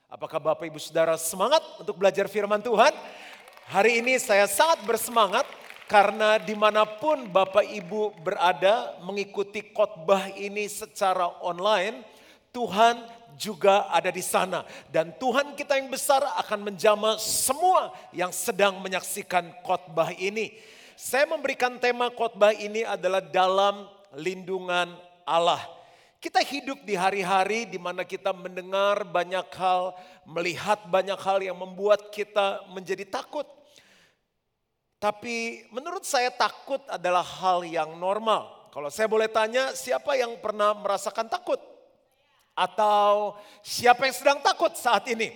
Apakah Bapak Ibu Saudara semangat untuk belajar firman Tuhan? Hari ini saya sangat bersemangat karena dimanapun Bapak Ibu berada mengikuti khotbah ini secara online, Tuhan juga ada di sana. Dan Tuhan kita yang besar akan menjamah semua yang sedang menyaksikan khotbah ini. Saya memberikan tema khotbah ini adalah dalam lindungan Allah. Kita hidup di hari-hari di mana kita mendengar banyak hal, melihat banyak hal yang membuat kita menjadi takut. Tapi menurut saya takut adalah hal yang normal. Kalau saya boleh tanya, siapa yang pernah merasakan takut? Atau siapa yang sedang takut saat ini?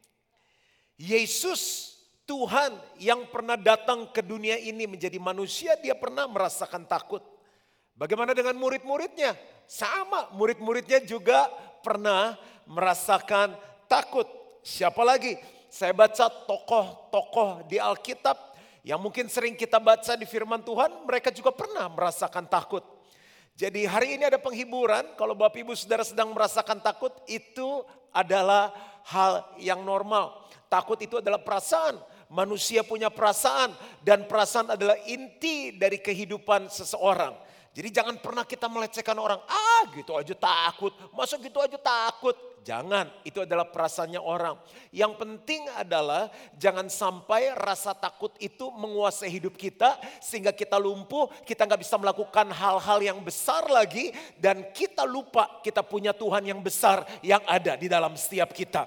Yesus, Tuhan yang pernah datang ke dunia ini menjadi manusia, dia pernah merasakan takut. Bagaimana dengan murid-muridnya? Sama, murid-muridnya juga pernah merasakan takut. Siapa lagi? Saya baca tokoh-tokoh di Alkitab yang mungkin sering kita baca di firman Tuhan, mereka juga pernah merasakan takut. Jadi hari ini ada penghiburan, kalau Bapak Ibu Saudara sedang merasakan takut, itu adalah hal yang normal. Takut itu adalah perasaan, manusia punya perasaan, dan perasaan adalah inti dari kehidupan seseorang. Jadi jangan pernah kita melecehkan orang, gitu aja takut, masa gitu aja takut. Jangan, itu adalah perasaannya orang. Yang penting adalah jangan sampai rasa takut itu menguasai hidup kita sehingga kita lumpuh, kita gak bisa melakukan hal-hal yang besar lagi dan kita lupa kita punya Tuhan yang besar yang ada di dalam setiap kita.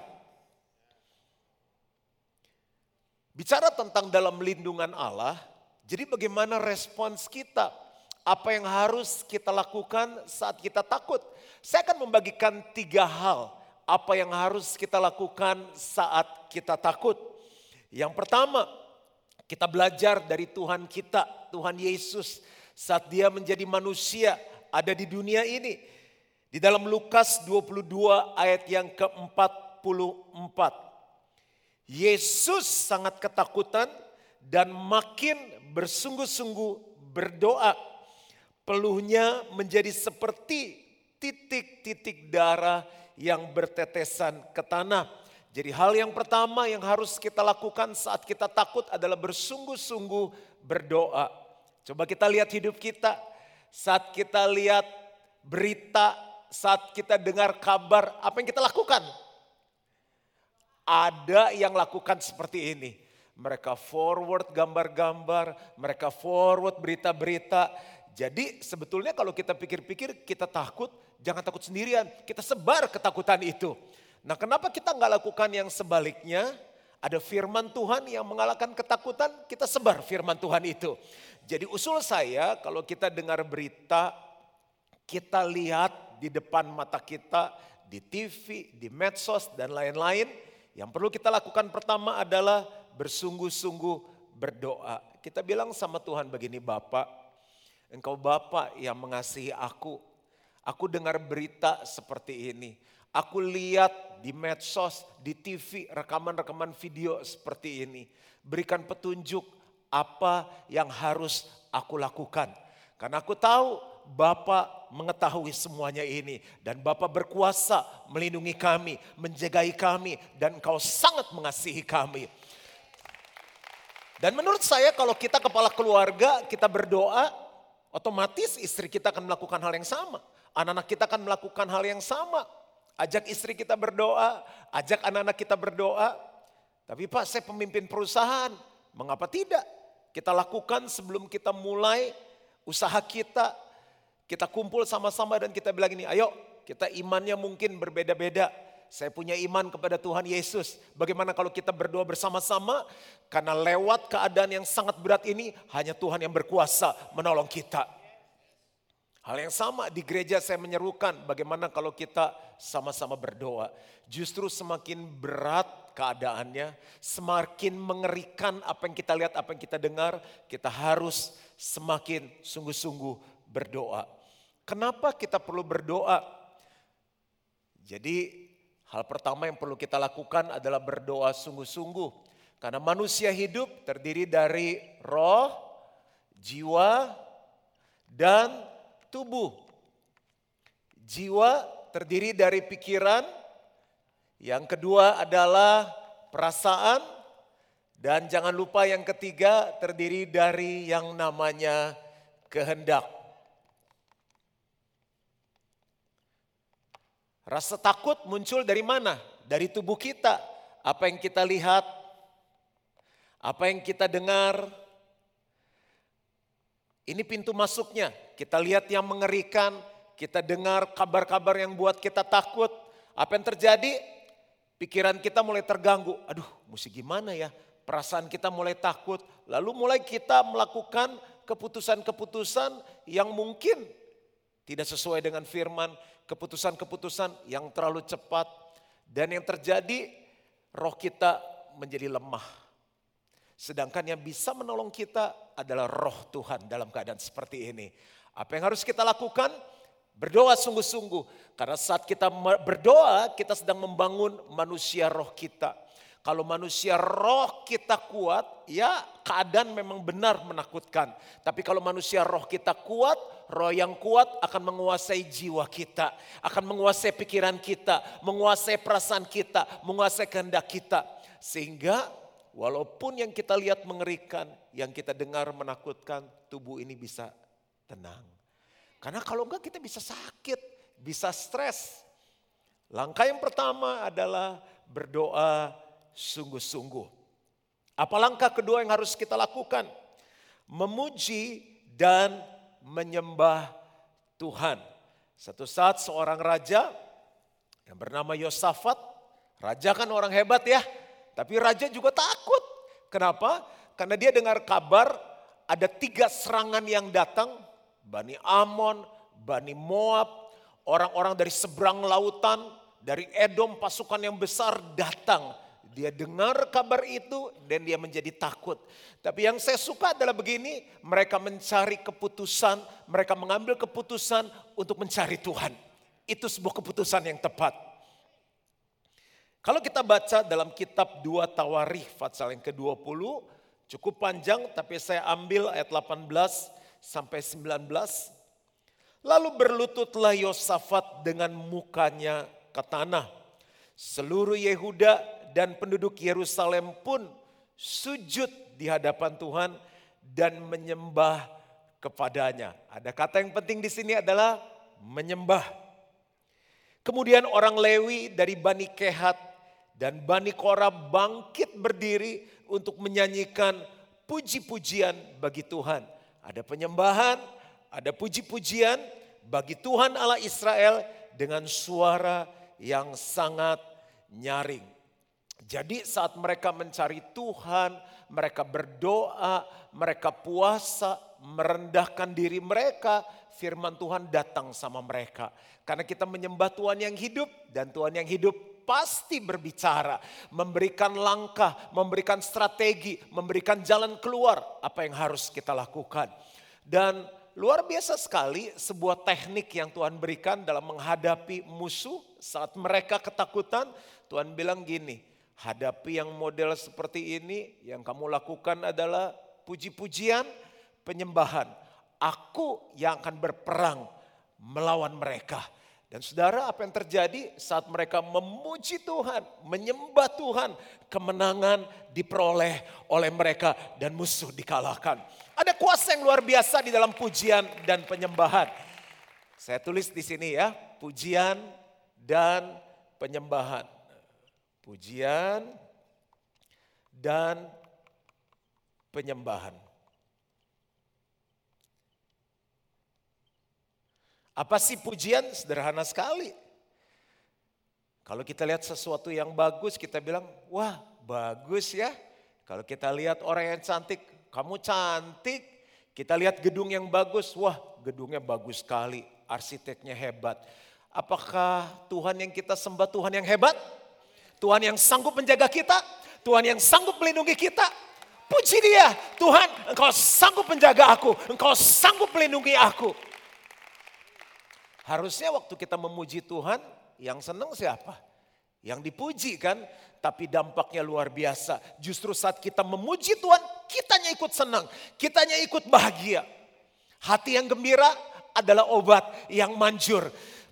Bicara tentang dalam lindungan Allah, jadi bagaimana respons kita? Apa yang harus kita lakukan saat kita takut? Saya akan membagikan 3 hal. Apa yang harus kita lakukan saat kita takut? Yang pertama, kita belajar dari Tuhan kita, Tuhan Yesus. Saat dia menjadi manusia, ada di dunia ini. Di dalam Lukas 22 ayat yang ke-44. Yesus sangat ketakutan dan makin bersungguh-sungguh berdoa. Peluhnya menjadi seperti titik-titik darah yang bertetesan ke tanah. Jadi hal yang pertama yang harus kita lakukan saat kita takut adalah bersungguh-sungguh berdoa. Coba kita lihat hidup kita. Saat kita lihat berita, saat kita dengar kabar, apa yang kita lakukan? Ada yang lakukan seperti ini. Mereka forward gambar-gambar, mereka forward berita-berita. Jadi sebetulnya kalau kita pikir-pikir kita takut, jangan takut sendirian. Kita sebar ketakutan itu. Nah kenapa kita nggak lakukan yang sebaliknya? Ada firman Tuhan yang mengalahkan ketakutan, kita sebar firman Tuhan itu. Jadi usul saya kalau kita dengar berita, kita lihat di depan mata kita, di TV, di medsos dan lain-lain. Yang perlu kita lakukan pertama adalah bersungguh-sungguh berdoa. Kita bilang sama Tuhan begini, Bapak, Engkau Bapa yang mengasihi aku. Aku dengar berita seperti ini. Aku lihat di medsos, di TV, rekaman-rekaman video seperti ini. Berikan petunjuk apa yang harus aku lakukan. Karena aku tahu Bapa mengetahui semuanya ini. Dan Bapa berkuasa melindungi kami, menjagai kami. Dan Engkau sangat mengasihi kami. Dan menurut saya kalau kita kepala keluarga, kita berdoa, otomatis istri kita akan melakukan hal yang sama. Anak-anak kita akan melakukan hal yang sama. Ajak istri kita berdoa, ajak anak-anak kita berdoa. Tapi Pak, saya pemimpin perusahaan. Mengapa tidak? Kita lakukan sebelum kita mulai usaha kita. Kita kumpul sama-sama dan kita bilang ini, ayo kita imannya mungkin berbeda-beda. Saya punya iman kepada Tuhan Yesus. Bagaimana kalau kita berdoa bersama-sama? Karena lewat keadaan yang sangat berat ini, hanya Tuhan yang berkuasa menolong kita. Hal yang sama di gereja saya menyerukan, bagaimana kalau kita sama-sama berdoa. Justru semakin berat keadaannya, semakin mengerikan apa yang kita lihat, apa yang kita dengar, kita harus semakin sungguh-sungguh berdoa. Kenapa kita perlu berdoa? Jadi hal pertama yang perlu kita lakukan adalah berdoa sungguh-sungguh. Karena manusia hidup terdiri dari roh, jiwa, dan tubuh. Jiwa terdiri dari pikiran, Yang kedua adalah perasaan. Dan jangan lupa yang ketiga terdiri dari yang namanya kehendak. Rasa takut muncul dari mana? Dari tubuh kita. Apa yang kita lihat, apa yang kita dengar. Ini pintu masuknya. Kita lihat yang mengerikan, kita dengar kabar-kabar yang buat kita takut. Apa yang terjadi? Pikiran kita mulai terganggu. Aduh, mesti gimana ya? Perasaan kita mulai takut. Lalu mulai kita melakukan keputusan-keputusan yang mungkin tidak sesuai dengan firman. Keputusan-keputusan yang terlalu cepat. Dan yang terjadi, roh kita menjadi lemah. Sedangkan yang bisa menolong kita adalah roh Tuhan dalam keadaan seperti ini. Apa yang harus kita lakukan? Berdoa sungguh-sungguh. Karena saat kita berdoa, kita sedang membangun manusia roh kita. Kalau manusia roh kita kuat, ya keadaan memang benar menakutkan. Tapi kalau manusia roh kita kuat, roh yang kuat akan menguasai jiwa kita. Akan menguasai pikiran kita, menguasai perasaan kita, menguasai kehendak kita. Sehingga walaupun yang kita lihat mengerikan, yang kita dengar menakutkan, tubuh ini bisa tenang. Karena kalau enggak kita bisa sakit, bisa stres. Langkah yang pertama adalah berdoa sungguh-sungguh. Apa langkah kedua yang harus kita lakukan? Memuji dan menyembah Tuhan. Satu saat seorang raja yang bernama Yosafat, raja kan orang hebat ya, tapi raja juga takut. Kenapa? Karena dia dengar kabar ada 3 serangan yang datang, Bani Amon, Bani Moab, orang-orang dari seberang lautan, dari Edom pasukan yang besar datang. Dia dengar kabar itu dan dia menjadi takut. Tapi yang saya suka adalah begini, mereka mencari keputusan, mereka mengambil keputusan untuk mencari Tuhan. Itu sebuah keputusan yang tepat. Kalau kita baca dalam kitab 2 Tawarikh pasal yang ke-20, cukup panjang tapi saya ambil ayat 18 sampai 19. Lalu berlututlah Yosafat dengan mukanya ke tanah. Seluruh Yehuda dan penduduk Yerusalem pun sujud di hadapan Tuhan dan menyembah kepadanya. Ada kata yang penting di sini adalah menyembah. Kemudian orang Lewi dari Bani Kehat dan Bani Korah bangkit berdiri untuk menyanyikan puji-pujian bagi Tuhan. Ada penyembahan, ada puji-pujian bagi Tuhan Allah Israel dengan suara yang sangat nyaring. Jadi saat mereka mencari Tuhan, mereka berdoa, mereka puasa, merendahkan diri mereka, firman Tuhan datang sama mereka. Karena kita menyembah Tuhan yang hidup dan Tuhan yang hidup pasti berbicara, memberikan langkah, memberikan strategi, memberikan jalan keluar apa yang harus kita lakukan. Dan luar biasa sekali sebuah teknik yang Tuhan berikan dalam menghadapi musuh saat mereka ketakutan. Tuhan bilang gini, hadapi yang model seperti ini, yang kamu lakukan adalah puji-pujian, penyembahan. Aku yang akan berperang melawan mereka. Dan saudara, apa yang terjadi saat mereka memuji Tuhan, menyembah Tuhan, kemenangan diperoleh oleh mereka dan musuh dikalahkan. Ada kuasa yang luar biasa di dalam pujian dan penyembahan. Saya tulis di sini ya, pujian dan penyembahan. Pujian dan penyembahan. Apa sih pujian? Sederhana sekali. Kalau kita lihat sesuatu yang bagus, kita bilang, wah bagus ya. Kalau kita lihat orang yang cantik, kamu cantik. Kita lihat gedung yang bagus, wah gedungnya bagus sekali, arsiteknya hebat. Apakah Tuhan yang kita sembah Tuhan yang hebat? Tuhan yang sanggup menjaga kita, Tuhan yang sanggup melindungi kita. Puji Dia, Tuhan Engkau sanggup menjaga aku, Engkau sanggup melindungi aku. Harusnya waktu kita memuji Tuhan, yang senang siapa? Yang dipuji kan, tapi dampaknya luar biasa. Justru saat kita memuji Tuhan, kitanya ikut senang, kitanya ikut bahagia. Hati yang gembira adalah obat yang manjur.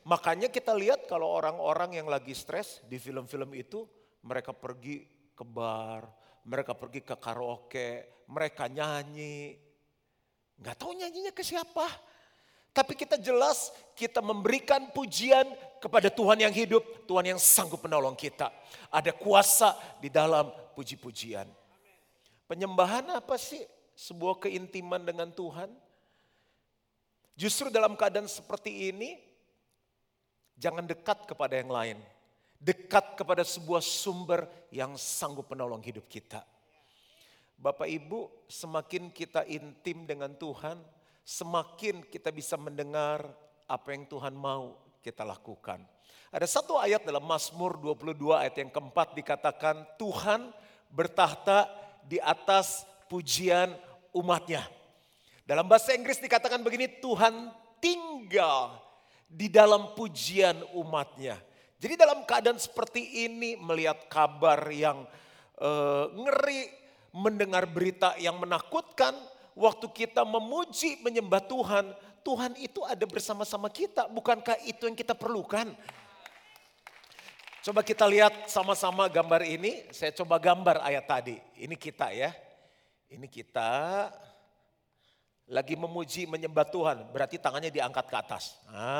Makanya kita lihat kalau orang-orang yang lagi stres di film-film itu, mereka pergi ke bar, mereka pergi ke karaoke, mereka nyanyi. Gak tahu nyanyinya ke siapa. Tapi kita jelas kita memberikan pujian kepada Tuhan yang hidup, Tuhan yang sanggup menolong kita. Ada kuasa di dalam puji-pujian. Penyembahan apa sih? Sebuah keintiman dengan Tuhan. Justru dalam keadaan seperti ini, jangan dekat kepada yang lain. Dekat kepada sebuah sumber yang sanggup menolong hidup kita. Bapak Ibu, semakin kita intim dengan Tuhan, semakin kita bisa mendengar apa yang Tuhan mau kita lakukan. Ada satu ayat dalam Mazmur 22 ayat yang keempat dikatakan, Tuhan bertahta di atas pujian umatnya. Dalam bahasa Inggris dikatakan begini, Tuhan tinggal di dalam pujian umatnya. Jadi dalam keadaan seperti ini, melihat kabar yang ngeri, mendengar berita yang menakutkan, waktu kita memuji menyembah Tuhan, Tuhan itu ada bersama-sama kita. Bukankah itu yang kita perlukan? Coba kita lihat sama-sama gambar ini. Saya coba gambar ayat tadi. Ini kita ya. Ini kita lagi memuji menyembah Tuhan. Berarti tangannya diangkat ke atas.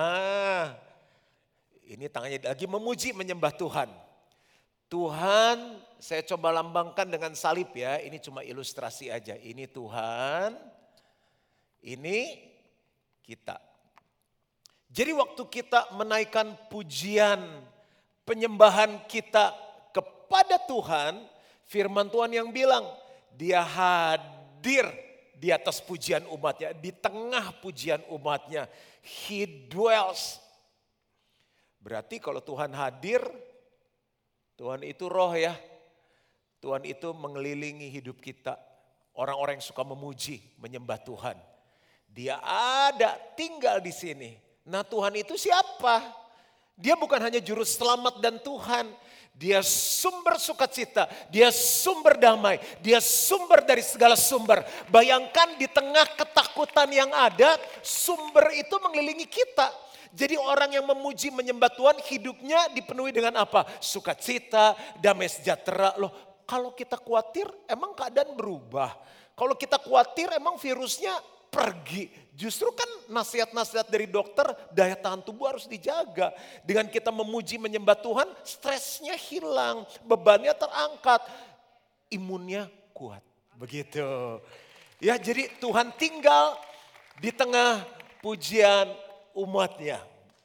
Ini tangannya lagi memuji menyembah Tuhan. Tuhan, saya coba lambangkan dengan salib ya. Ini cuma ilustrasi aja. Ini Tuhan, ini kita. Jadi waktu kita menaikkan pujian, penyembahan kita kepada Tuhan, firman Tuhan yang bilang, Dia hadir di atas pujian umatnya, di tengah pujian umatnya. He dwells. Berarti kalau Tuhan hadir, Tuhan itu roh ya. Tuhan itu mengelilingi hidup kita. Orang-orang yang suka memuji, menyembah Tuhan. Dia ada, tinggal di sini. Nah Tuhan itu siapa? Dia bukan hanya juru selamat dan Tuhan. Dia sumber sukacita, dia sumber damai, dia sumber dari segala sumber. Bayangkan di tengah ketakutan yang ada, sumber itu mengelilingi kita. Jadi orang yang memuji menyembah Tuhan hidupnya dipenuhi dengan apa? Sukacita, damai sejahtera. Loh, kalau kita khawatir emang keadaan berubah. Kalau kita khawatir emang virusnya pergi. Justru kan nasihat-nasihat dari dokter, daya tahan tubuh harus dijaga. Dengan kita memuji menyembah Tuhan, stresnya hilang, bebannya terangkat, imunnya kuat. Begitu. Ya, jadi Tuhan tinggal di tengah pujian umatnya.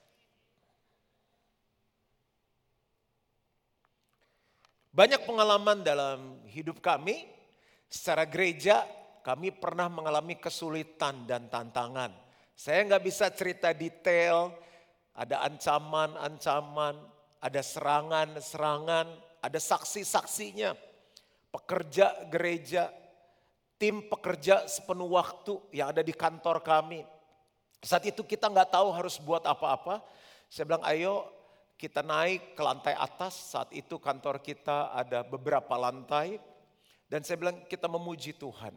Banyak pengalaman dalam hidup kami, secara gereja kami pernah mengalami kesulitan dan tantangan. Saya nggak bisa cerita detail, ada ancaman-ancaman, ada serangan-serangan, ada saksi-saksinya. Pekerja gereja, tim pekerja sepenuh waktu yang ada di kantor kami. Saat itu kita nggak tahu harus buat apa-apa. Saya bilang ayo kita naik ke lantai atas. Saat itu kantor kita ada beberapa lantai. Dan saya bilang kita memuji Tuhan.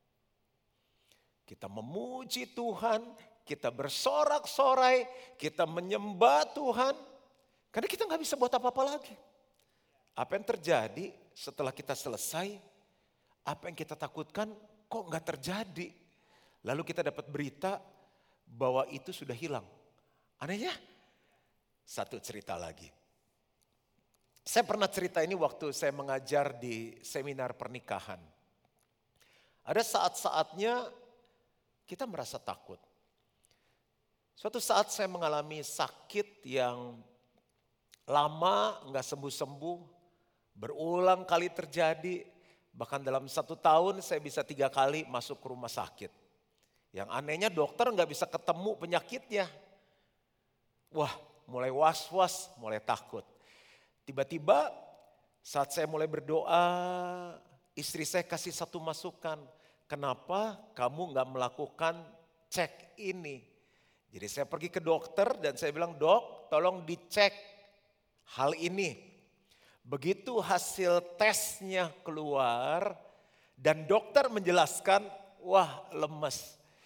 Kita memuji Tuhan, kita bersorak-sorai, kita menyembah Tuhan. Karena kita nggak bisa buat apa-apa lagi. Apa yang terjadi setelah kita selesai, apa yang kita takutkan kok nggak terjadi. Lalu kita dapat berita bahwa itu sudah hilang. Anehnya, satu cerita lagi. Saya pernah cerita ini waktu saya mengajar di seminar pernikahan. Ada saat-saatnya kita merasa takut. Suatu saat saya mengalami sakit yang lama nggak sembuh-sembuh, berulang kali terjadi. Bahkan dalam 1 tahun saya bisa 3 kali masuk ke rumah sakit. Yang anehnya dokter nggak bisa ketemu penyakitnya. Wah, mulai was-was, mulai takut. Tiba-tiba saat saya mulai berdoa, istri saya kasih satu masukan. Kenapa kamu nggak melakukan cek ini? Jadi saya pergi ke dokter dan saya bilang, dok tolong dicek hal ini. Begitu hasil tesnya keluar dan dokter menjelaskan, wah lemes.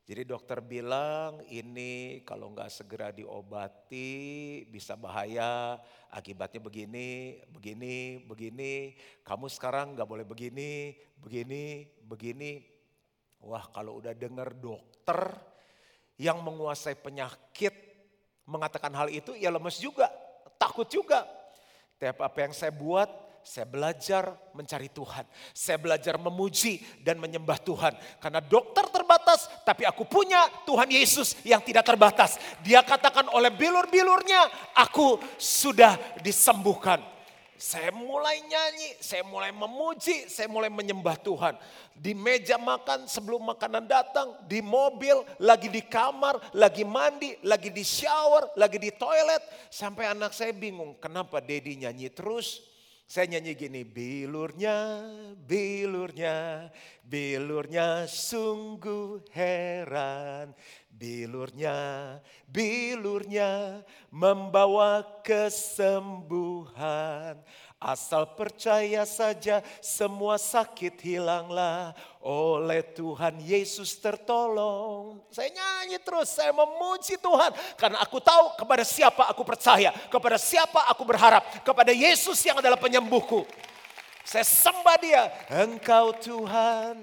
Jadi dokter bilang ini kalau nggak segera diobati bisa bahaya, akibatnya begini, begini, begini. Kamu sekarang nggak boleh begini, begini, begini. Wah, kalau udah dengar dokter yang menguasai penyakit mengatakan hal itu, ya lemes juga, takut juga. Tapi apa yang saya buat, saya belajar mencari Tuhan. Saya belajar memuji dan menyembah Tuhan. Karena dokter terbatas, tapi aku punya Tuhan Yesus yang tidak terbatas. Dia katakan oleh bilur-bilurnya, aku sudah disembuhkan. Saya mulai nyanyi, saya mulai memuji, saya mulai menyembah Tuhan. Di meja makan sebelum makanan datang, di mobil, lagi di kamar, lagi mandi, lagi di shower, lagi di toilet. Sampai anak saya bingung, kenapa Dedi nyanyi terus? Saya nyanyi gini, bilurnya, bilurnya, bilurnya sungguh heran. Bilurnya, bilurnya membawa kesembuhan. Asal percaya saja semua sakit hilanglah. Oleh Tuhan Yesus tertolong. Saya nyanyi terus, saya memuji Tuhan. Karena aku tahu kepada siapa aku percaya. Kepada siapa aku berharap. Kepada Yesus yang adalah penyembuhku. Saya sembah dia. Engkau Tuhan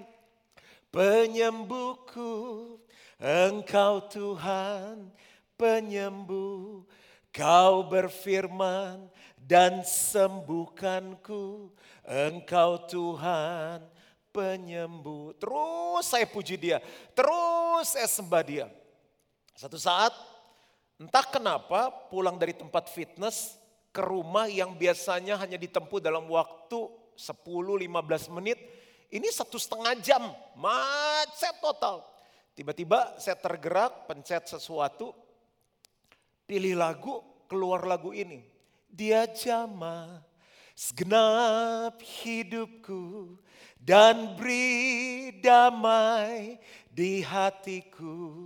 penyembuhku. Engkau Tuhan penyembuh. Kau berfirman dan sembuhkanku. Engkau Tuhan penyembuh. Terus saya puji dia. Terus saya sembah dia. Satu saat entah kenapa pulang dari tempat fitness ke rumah yang biasanya hanya ditempuh dalam waktu 10-15 menit. Ini 1,5 jam, macet total. Tiba-tiba saya tergerak, pencet sesuatu, pilih lagu, keluar lagu ini. Dia jamah segenap hidupku dan beri damai di hatiku.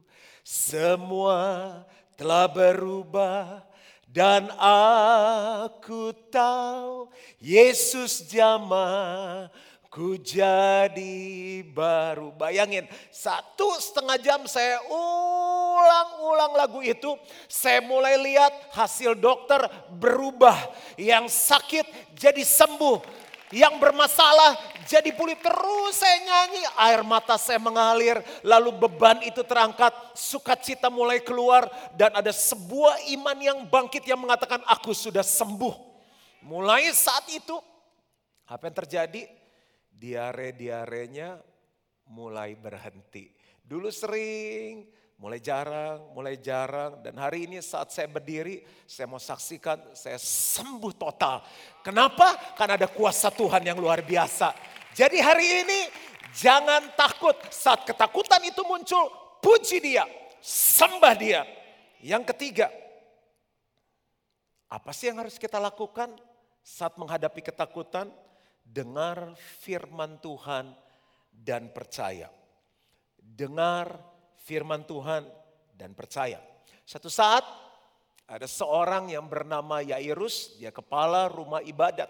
Semua telah berubah dan aku tahu Yesus jamah. Ku jadi baru. Bayangin 1,5 jam saya ulang-ulang lagu itu. Saya mulai lihat hasil dokter berubah. Yang sakit jadi sembuh. Yang bermasalah jadi pulih. Terus saya nyanyi. Air mata saya mengalir. Lalu beban itu terangkat. Sukacita mulai keluar. Dan ada sebuah iman yang bangkit yang mengatakan aku sudah sembuh. Mulai saat itu apa yang terjadi? Diare-diarenya mulai berhenti. Dulu sering, mulai jarang. Dan hari ini saat saya berdiri, saya mau saksikan saya sembuh total. Kenapa? Karena ada kuasa Tuhan yang luar biasa. Jadi hari ini jangan takut. Saat ketakutan itu muncul, puji dia, sembah dia. Yang ketiga, apa sih yang harus kita lakukan saat menghadapi ketakutan? Dengar firman Tuhan dan percaya. Dengar firman Tuhan dan percaya. Satu saat ada seorang yang bernama Yairus, dia kepala rumah ibadat.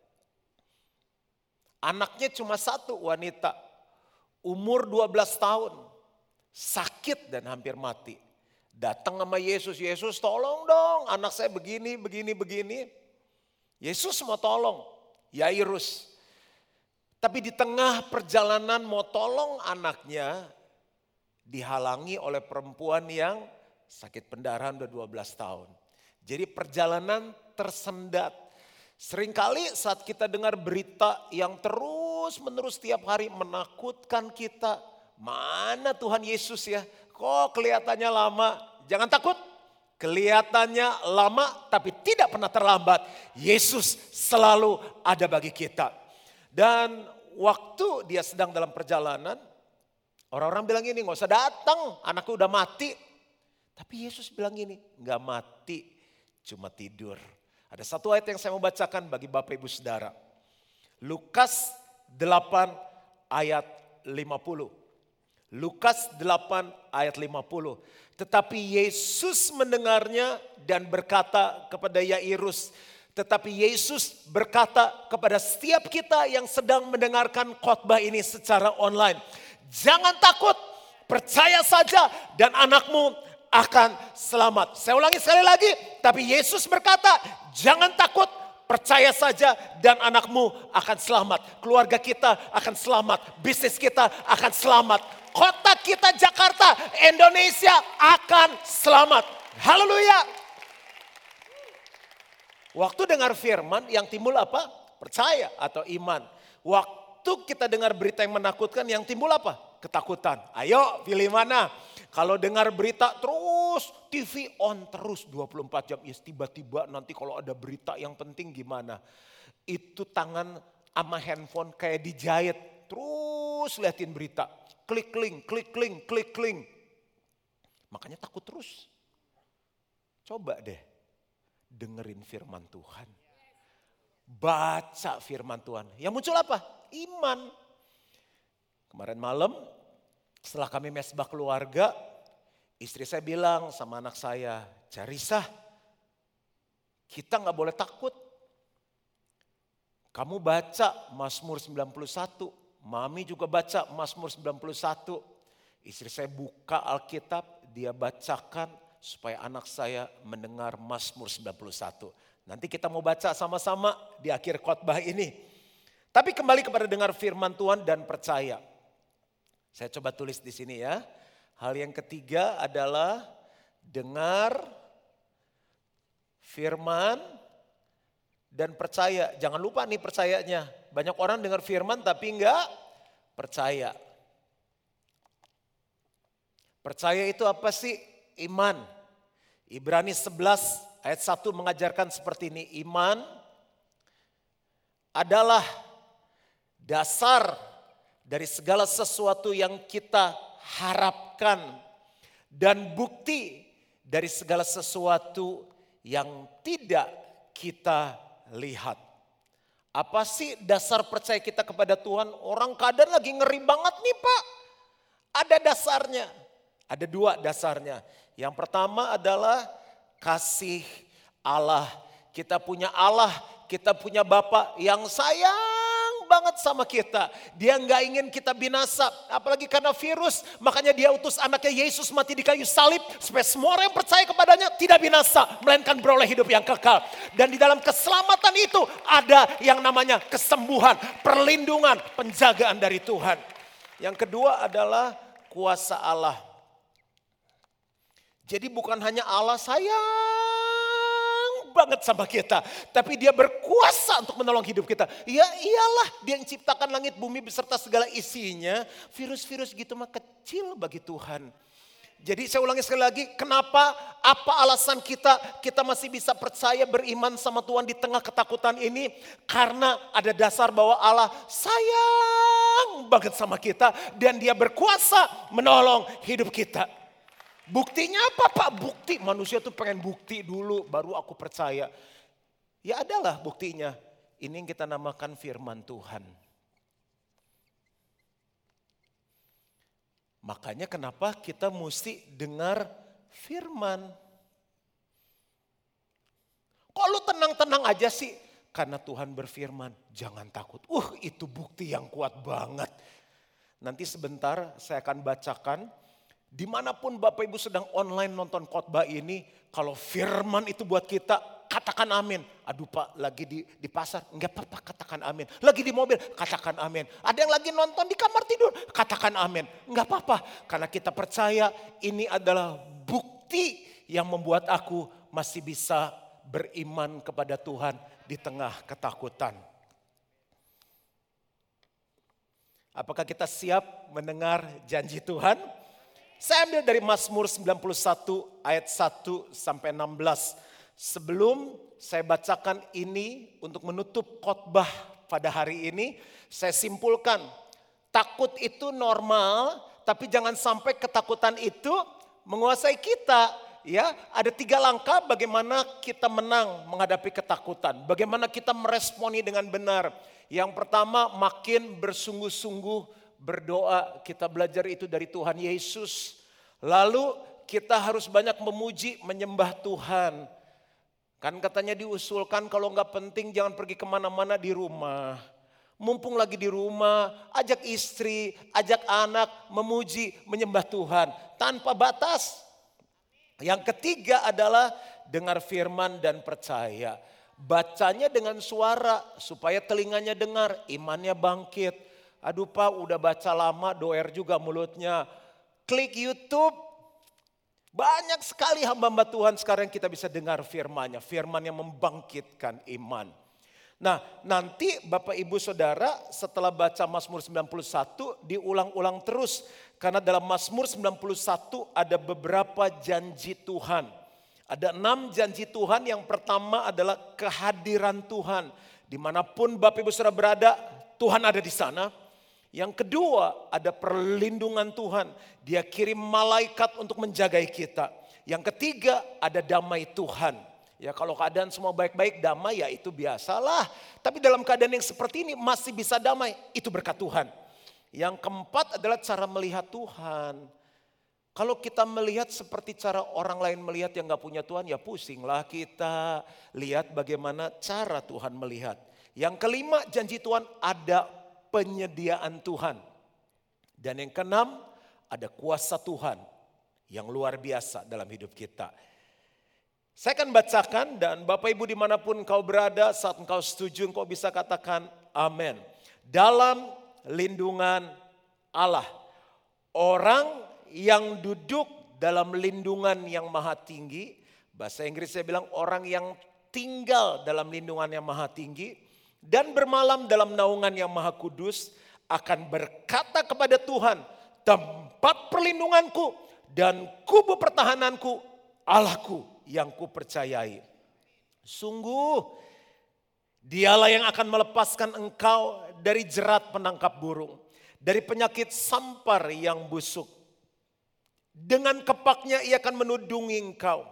Anaknya cuma satu, wanita, umur 12 tahun, sakit dan hampir mati. Datang sama Yesus, Yesus tolong dong anak saya begini. Yesus mau tolong Yairus. Tapi di tengah perjalanan mau tolong anaknya, dihalangi oleh perempuan yang sakit pendarahan udah 12 tahun. Jadi perjalanan tersendat. Seringkali saat kita dengar berita yang terus menerus tiap hari menakutkan kita. Mana Tuhan Yesus ya? Kok kelihatannya lama? Jangan takut. Kelihatannya lama tapi tidak pernah terlambat. Yesus selalu ada bagi kita. Dan waktu dia sedang dalam perjalanan, orang-orang bilang gini, gak usah datang, anakku udah mati. Tapi Yesus bilang gini, gak mati, cuma tidur. Ada satu ayat yang saya mau bacakan bagi Bapak Ibu Saudara. Lukas 8 ayat 50. Lukas 8 ayat 50. Tetapi Yesus mendengarnya dan berkata kepada Yairus. Tetapi Yesus berkata kepada setiap kita yang sedang mendengarkan khotbah ini secara online. Jangan takut, Percaya saja dan anakmu akan selamat. Saya ulangi sekali lagi, tapi Yesus berkata, jangan takut, percaya saja dan anakmu akan selamat. Keluarga kita akan selamat, bisnis kita akan selamat. Kota kita Jakarta, Indonesia akan selamat. Haleluya. Waktu dengar firman yang timbul apa? Percaya atau iman. Waktu kita dengar berita yang menakutkan yang timbul apa? Ketakutan. Ayo pilih mana? Kalau dengar berita terus TV on terus 24 jam. Yes, tiba-tiba nanti kalau ada berita yang penting gimana? Itu tangan sama handphone kayak dijahit. Terus liatin berita. Klik link, klik link, klik link. Makanya takut terus. Coba deh dengerin firman Tuhan. Baca firman Tuhan. Yang muncul apa? Iman. Kemarin malam setelah kami mesbah keluarga, istri saya bilang sama anak saya, Carissa, kita gak boleh takut. Kamu baca Mazmur 91, Mami juga baca Mazmur 91. Istri saya buka Alkitab, dia bacakan supaya anak saya mendengar Mazmur 91. Nanti kita mau baca sama-sama di akhir khotbah ini. Tapi kembali kepada dengar firman Tuhan dan percaya. Saya coba tulis di sini ya. Hal yang ketiga adalah dengar firman dan percaya. Jangan lupa nih percayanya. Banyak orang dengar firman tapi enggak percaya. Percaya itu apa sih? Iman. Ibrani 11 ayat 1 mengajarkan seperti ini. Iman adalah dasar dari segala sesuatu yang kita harapkan dan bukti dari segala sesuatu yang tidak kita lihat. Apa sih dasar percaya kita kepada Tuhan? Orang kadang lagi ngeri banget nih Pak. Ada dasarnya. Ada dua dasarnya. Yang pertama adalah kasih Allah. Kita punya Allah, kita punya Bapa yang sayang banget sama kita. Dia nggak ingin kita binasa, apalagi karena virus. Makanya dia utus anaknya Yesus mati di kayu salib supaya semua orang yang percaya kepadanya tidak binasa, melainkan beroleh hidup yang kekal. Dan di dalam keselamatan itu ada yang namanya kesembuhan, perlindungan, penjagaan dari Tuhan. Yang kedua adalah kuasa Allah. Jadi bukan hanya Allah sayang banget sama kita, tapi dia berkuasa untuk menolong hidup kita. Ya iyalah, dia yang ciptakan langit bumi beserta segala isinya. Virus-virus gitu mah kecil bagi Tuhan. Jadi saya ulangi sekali lagi, kenapa, apa alasan kita masih bisa percaya beriman sama Tuhan di tengah ketakutan ini? Karena ada dasar bahwa Allah sayang banget sama kita dan dia berkuasa menolong hidup kita. Buktinya apa Pak? Bukti manusia tuh pengen bukti dulu baru aku percaya. Ya adalah buktinya. Ini yang kita namakan firman Tuhan. Makanya kenapa kita mesti dengar firman. Kok lu tenang-tenang aja sih? Karena Tuhan berfirman, jangan takut. Itu bukti yang kuat banget. Nanti sebentar saya akan bacakan. Dimanapun Bapak Ibu sedang online nonton khotbah ini, kalau firman itu buat kita, katakan amin. Aduh Pak, lagi di pasar, enggak apa-apa katakan amin. Lagi di mobil, katakan amin. Ada yang lagi nonton di kamar tidur, katakan amin. Enggak apa-apa, karena kita percaya ini adalah bukti yang membuat aku masih bisa beriman kepada Tuhan di tengah ketakutan. Apakah kita siap mendengar janji Tuhan? Saya ambil dari Mazmur 91 ayat 1 sampai 16. Sebelum saya bacakan ini untuk menutup khotbah pada hari ini, saya simpulkan takut itu normal, tapi jangan sampai ketakutan itu menguasai kita. Ya, ada 3 langkah bagaimana kita menang menghadapi ketakutan. Bagaimana kita meresponi dengan benar. Yang pertama, makin bersungguh-sungguh berdoa. Kita belajar itu dari Tuhan Yesus. Lalu kita harus banyak memuji, menyembah Tuhan. Kan katanya diusulkan kalau nggak penting jangan pergi kemana-mana di rumah. Mumpung lagi di rumah, ajak istri, ajak anak, memuji, menyembah Tuhan tanpa batas. Yang ketiga adalah dengar firman dan percaya. Bacanya dengan suara supaya telinganya dengar, imannya bangkit. Aduh Pak, udah baca lama, doer juga mulutnya. Klik YouTube. Banyak sekali hamba-hamba Tuhan sekarang kita bisa dengar firman-Nya. Firman yang membangkitkan iman. Nah, nanti Bapak Ibu Saudara setelah baca Mazmur 91 diulang-ulang terus. Karena dalam Mazmur 91 ada beberapa janji Tuhan. Ada 6 janji Tuhan. Yang pertama adalah kehadiran Tuhan. Dimanapun Bapak Ibu Saudara berada, Tuhan ada di sana. Yang kedua ada perlindungan Tuhan. Dia kirim malaikat untuk menjaga kita. Yang ketiga ada damai Tuhan. Ya kalau keadaan semua baik-baik, damai ya itu biasalah. Tapi dalam keadaan yang seperti ini masih bisa damai, itu berkat Tuhan. Yang keempat adalah cara melihat Tuhan. Kalau kita melihat seperti cara orang lain melihat yang gak punya Tuhan, ya pusinglah kita. Lihat bagaimana cara Tuhan melihat. Yang kelima, janji Tuhan ada penyediaan Tuhan. Dan yang keenam, ada kuasa Tuhan yang luar biasa dalam hidup kita. Saya akan bacakan dan Bapak Ibu dimanapun kau berada, saat engkau setuju engkau bisa katakan amin. Dalam lindungan Allah, orang yang duduk dalam lindungan yang maha tinggi, bahasa Inggris saya bilang orang yang tinggal dalam lindungan yang maha tinggi, dan bermalam dalam naungan yang maha kudus, akan berkata kepada Tuhan, tempat perlindunganku dan kubu pertahananku, Allahku yang kupercayai. Sungguh dialah yang akan melepaskan engkau dari jerat penangkap burung, dari penyakit sampar yang busuk. Dengan kepaknya ia akan menudungi engkau.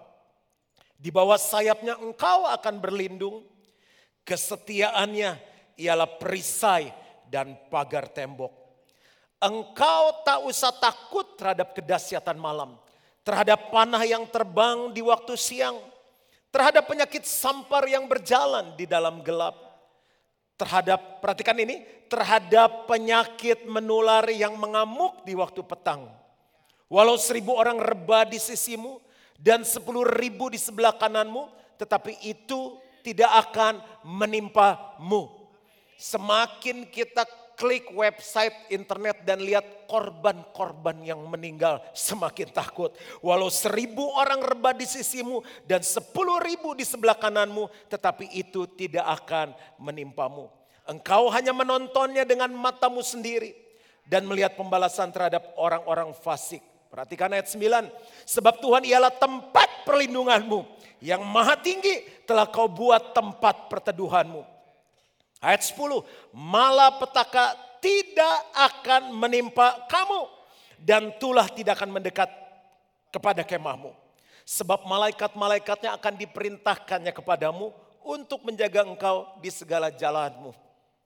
Di bawah sayapnya engkau akan berlindung. Kesetiaannya ialah perisai dan pagar tembok. Engkau tak usah takut terhadap kedahsyatan malam, terhadap panah yang terbang di waktu siang, terhadap penyakit sampar yang berjalan di dalam gelap, terhadap, perhatikan ini, terhadap penyakit menular yang mengamuk di waktu petang. Walau 1.000 orang rebah di sisimu dan 10.000 di sebelah kananmu, tetapi itu tidak akan menimpamu. Semakin kita klik website internet dan lihat korban-korban yang meninggal, semakin takut. Walau 1.000 orang rebah di sisimu dan 10.000 di sebelah kananmu, tetapi itu tidak akan menimpamu. Engkau hanya menontonnya dengan matamu sendiri dan melihat pembalasan terhadap orang-orang fasik. Perhatikan ayat 9. Sebab Tuhan ialah tempat perlindunganmu, yang maha tinggi telah kau buat tempat perteduhanmu. Ayat 10. Malapetaka tidak akan menimpa kamu, dan tulah tidak akan mendekat kepada kemahmu. Sebab malaikat-malaikatnya akan diperintahkannya kepadamu untuk menjaga engkau di segala jalanmu.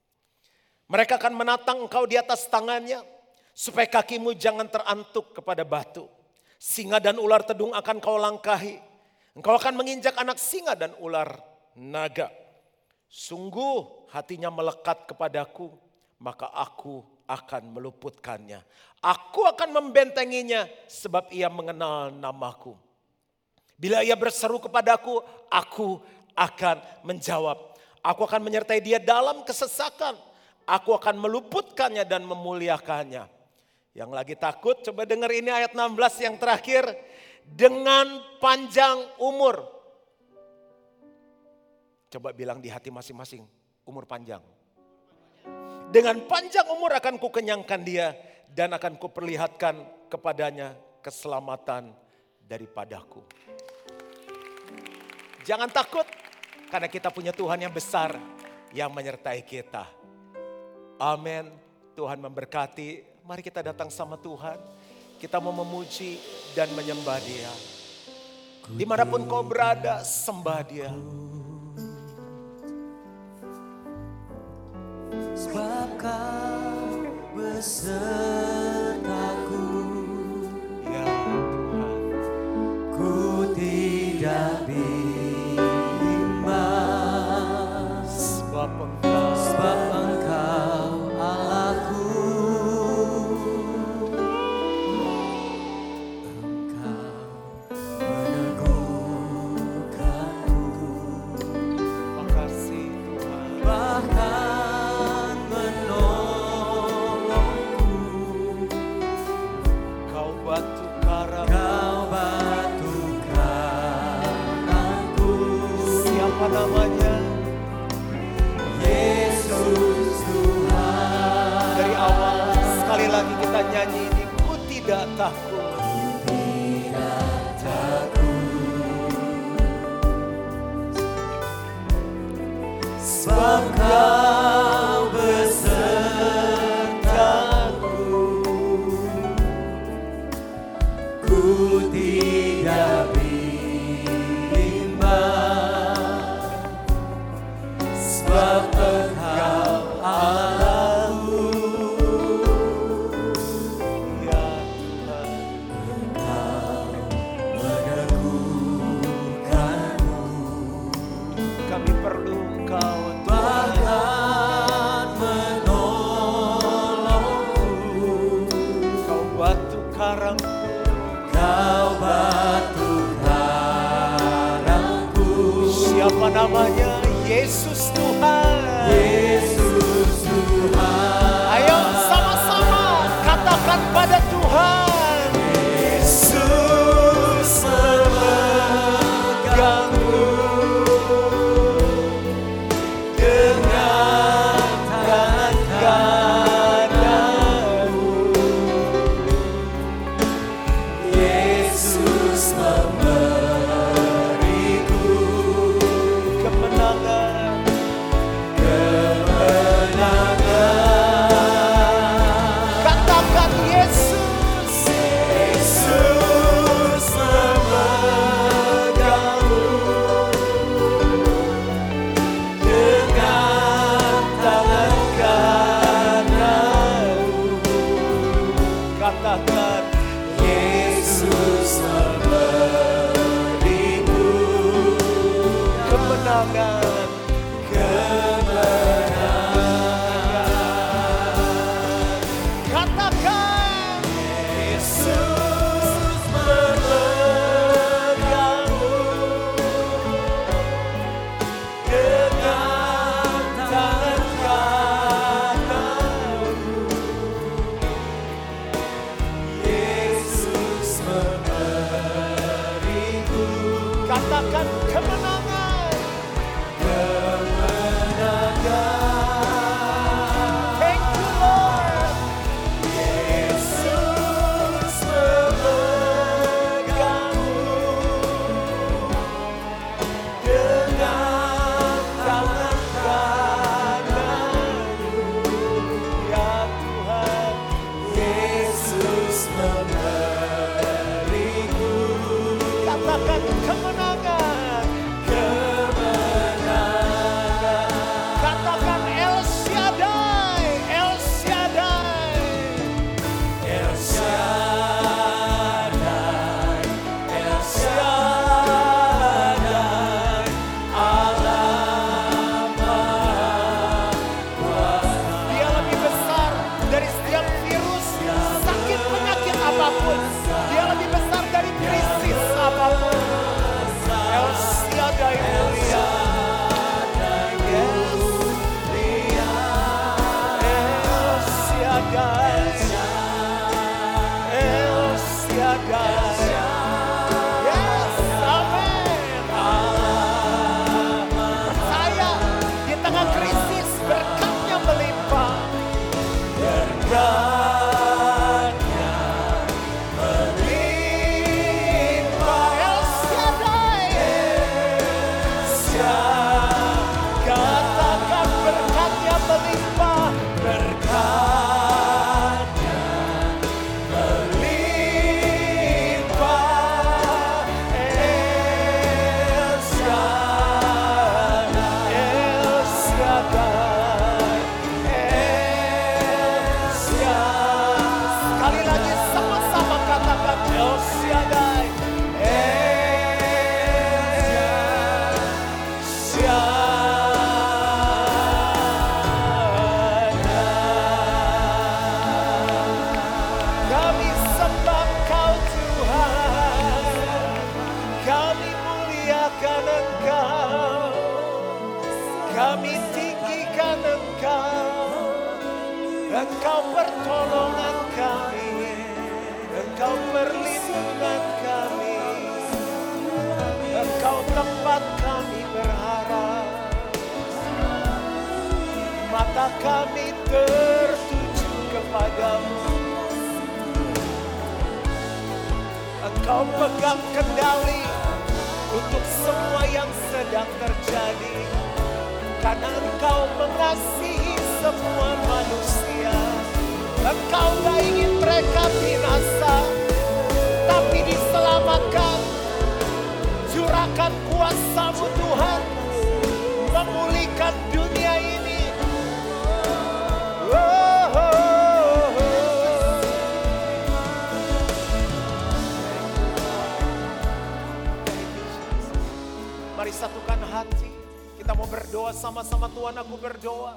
Mereka akan menatang engkau di atas tangannya, supaya kakimu jangan terantuk kepada batu. Singa dan ular tedung akan kau langkahi. Engkau akan menginjak anak singa dan ular naga. Sungguh hatinya melekat kepadaku, maka aku akan meluputkannya. Aku akan membentenginya sebab ia mengenal namaku. Bila ia berseru kepadaku, aku akan menjawab. Aku akan menyertai dia dalam kesesakan. Aku akan meluputkannya dan memuliakannya. Yang lagi takut, coba dengar ini ayat 16 yang terakhir. Dengan panjang umur. Coba bilang di hati masing-masing, umur panjang. Dengan panjang umur akan kukenyangkan dia dan akan kuperlihatkan kepadanya keselamatan daripadaku. Jangan takut karena kita punya Tuhan yang besar yang menyertai kita. Amin. Tuhan memberkati. Mari kita datang sama Tuhan. Kita mau memuji dan menyembah Dia. Dimanapun kau berada, sembah Dia. Sebab kau besertaku, Ya Tuhan. ku tidak bimbang. Sebab Sebab Engkau tidak takut. Sebab Kau besertaku, ku tidak bimbang. Sebab Engkau Allahku, Ya Tuhan, Engkau meneguhkanmu. kami perlu Engkau Tuhan. Bahkan menolongku, Kau batu karangku, Kau batu karangku. siapa namanya? Yesus Tuhan. Yesus Tuhan. Ayo sama-sama katakan pada Tuhan. Yesus memegangku dengan tangan kananmu. Yesus memberiku Kemenangan, katakan Yesus. Yesus memegangmu dengan tangan kananmu. Katakan Yesus memberiku kemenangan. Katakan Yesus memegangmu dengan tangan kananmu. Yesus memberiku katakan kemenangan. kemenangan. Thank you Lord. Yesus memegangmu dengan tangan kananmu. Ya Tuhan, Yesus memberiku katakan kemenangan. kemenangan. Katakan El Shaddai, El Shaddai. El Shaddai, El Shaddai, Allah Maha Kuasa. Dia lebih besar dari setiap virus, sakit, penyakit apapun. Dia lebih besar dari krisis apapun. El Shaddai mulia. El Shaddai. El Shaddai. Yes, amen. Percaya di tengah krisis berkatnya melimpah. Berkatnya melimpah. El Shaddai. Katakan berkatnya melimpah. Berkatnya melimpah. El Shaddai, El Shaddai. El Shaddai. Sekali lagi sama-sama katakan El Shaddai. Kami sembah Kau Tuhan, kami muliakan Engkau, kami tinggikan Engkau, Engkau pertolongan kami, Engkau perlindungan kami, Engkau tempat kami berharap, mata kami tertuju kepadamu. Engkau pegang kendali untuk semua yang sedang terjadi. Karena Engkau mengasihi semua manusia. Engkau gak ingin mereka binasa, tapi diselamatkan. Curahkan kuasa-Mu Tuhan, memulihkan dunia ini. Mari satukan hati. Kita mau berdoa sama-sama. Tuhan, aku berdoa.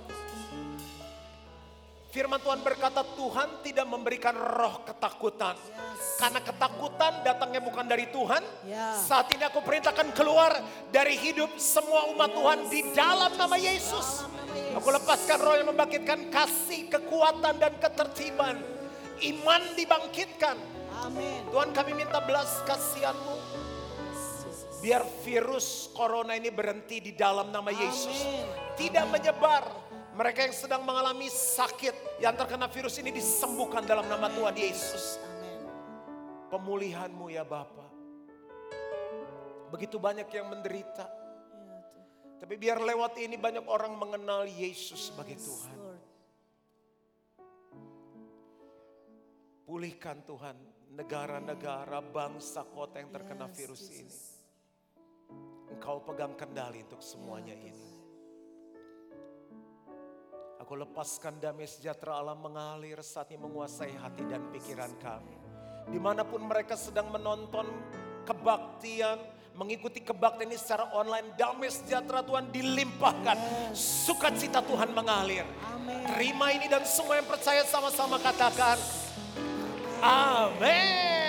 Firman Tuhan berkata Tuhan tidak memberikan roh ketakutan. Karena ketakutan datangnya bukan dari Tuhan. Saat ini aku perintahkan keluar dari hidup semua umat Tuhan di dalam nama Yesus. Aku lepaskan roh yang membangkitkan kasih, kekuatan dan ketertiban. Iman dibangkitkan. Amin. Tuhan, kami minta belas kasihan-Mu. Biar virus corona ini berhenti di dalam nama Yesus. Tidak menyebar. Mereka yang sedang mengalami sakit, yang terkena virus ini disembuhkan dalam nama Tuhan Yesus. Pemulihan-Mu ya Bapa. Begitu banyak yang menderita. Tapi biar lewat ini banyak orang mengenal Yesus sebagai Tuhan. Pulihkan Tuhan negara-negara, bangsa, kota yang terkena virus ini. Engkau pegang kendali untuk semuanya ini. Aku lepaskan damai sejahtera Allah mengalir saat ini menguasai hati dan pikiran kami. Dimanapun mereka sedang menonton kebaktian, mengikuti kebaktian ini secara online, damai sejahtera Tuhan dilimpahkan. Sukacita Tuhan mengalir. Terima ini dan semua yang percaya sama-sama katakan. Amin.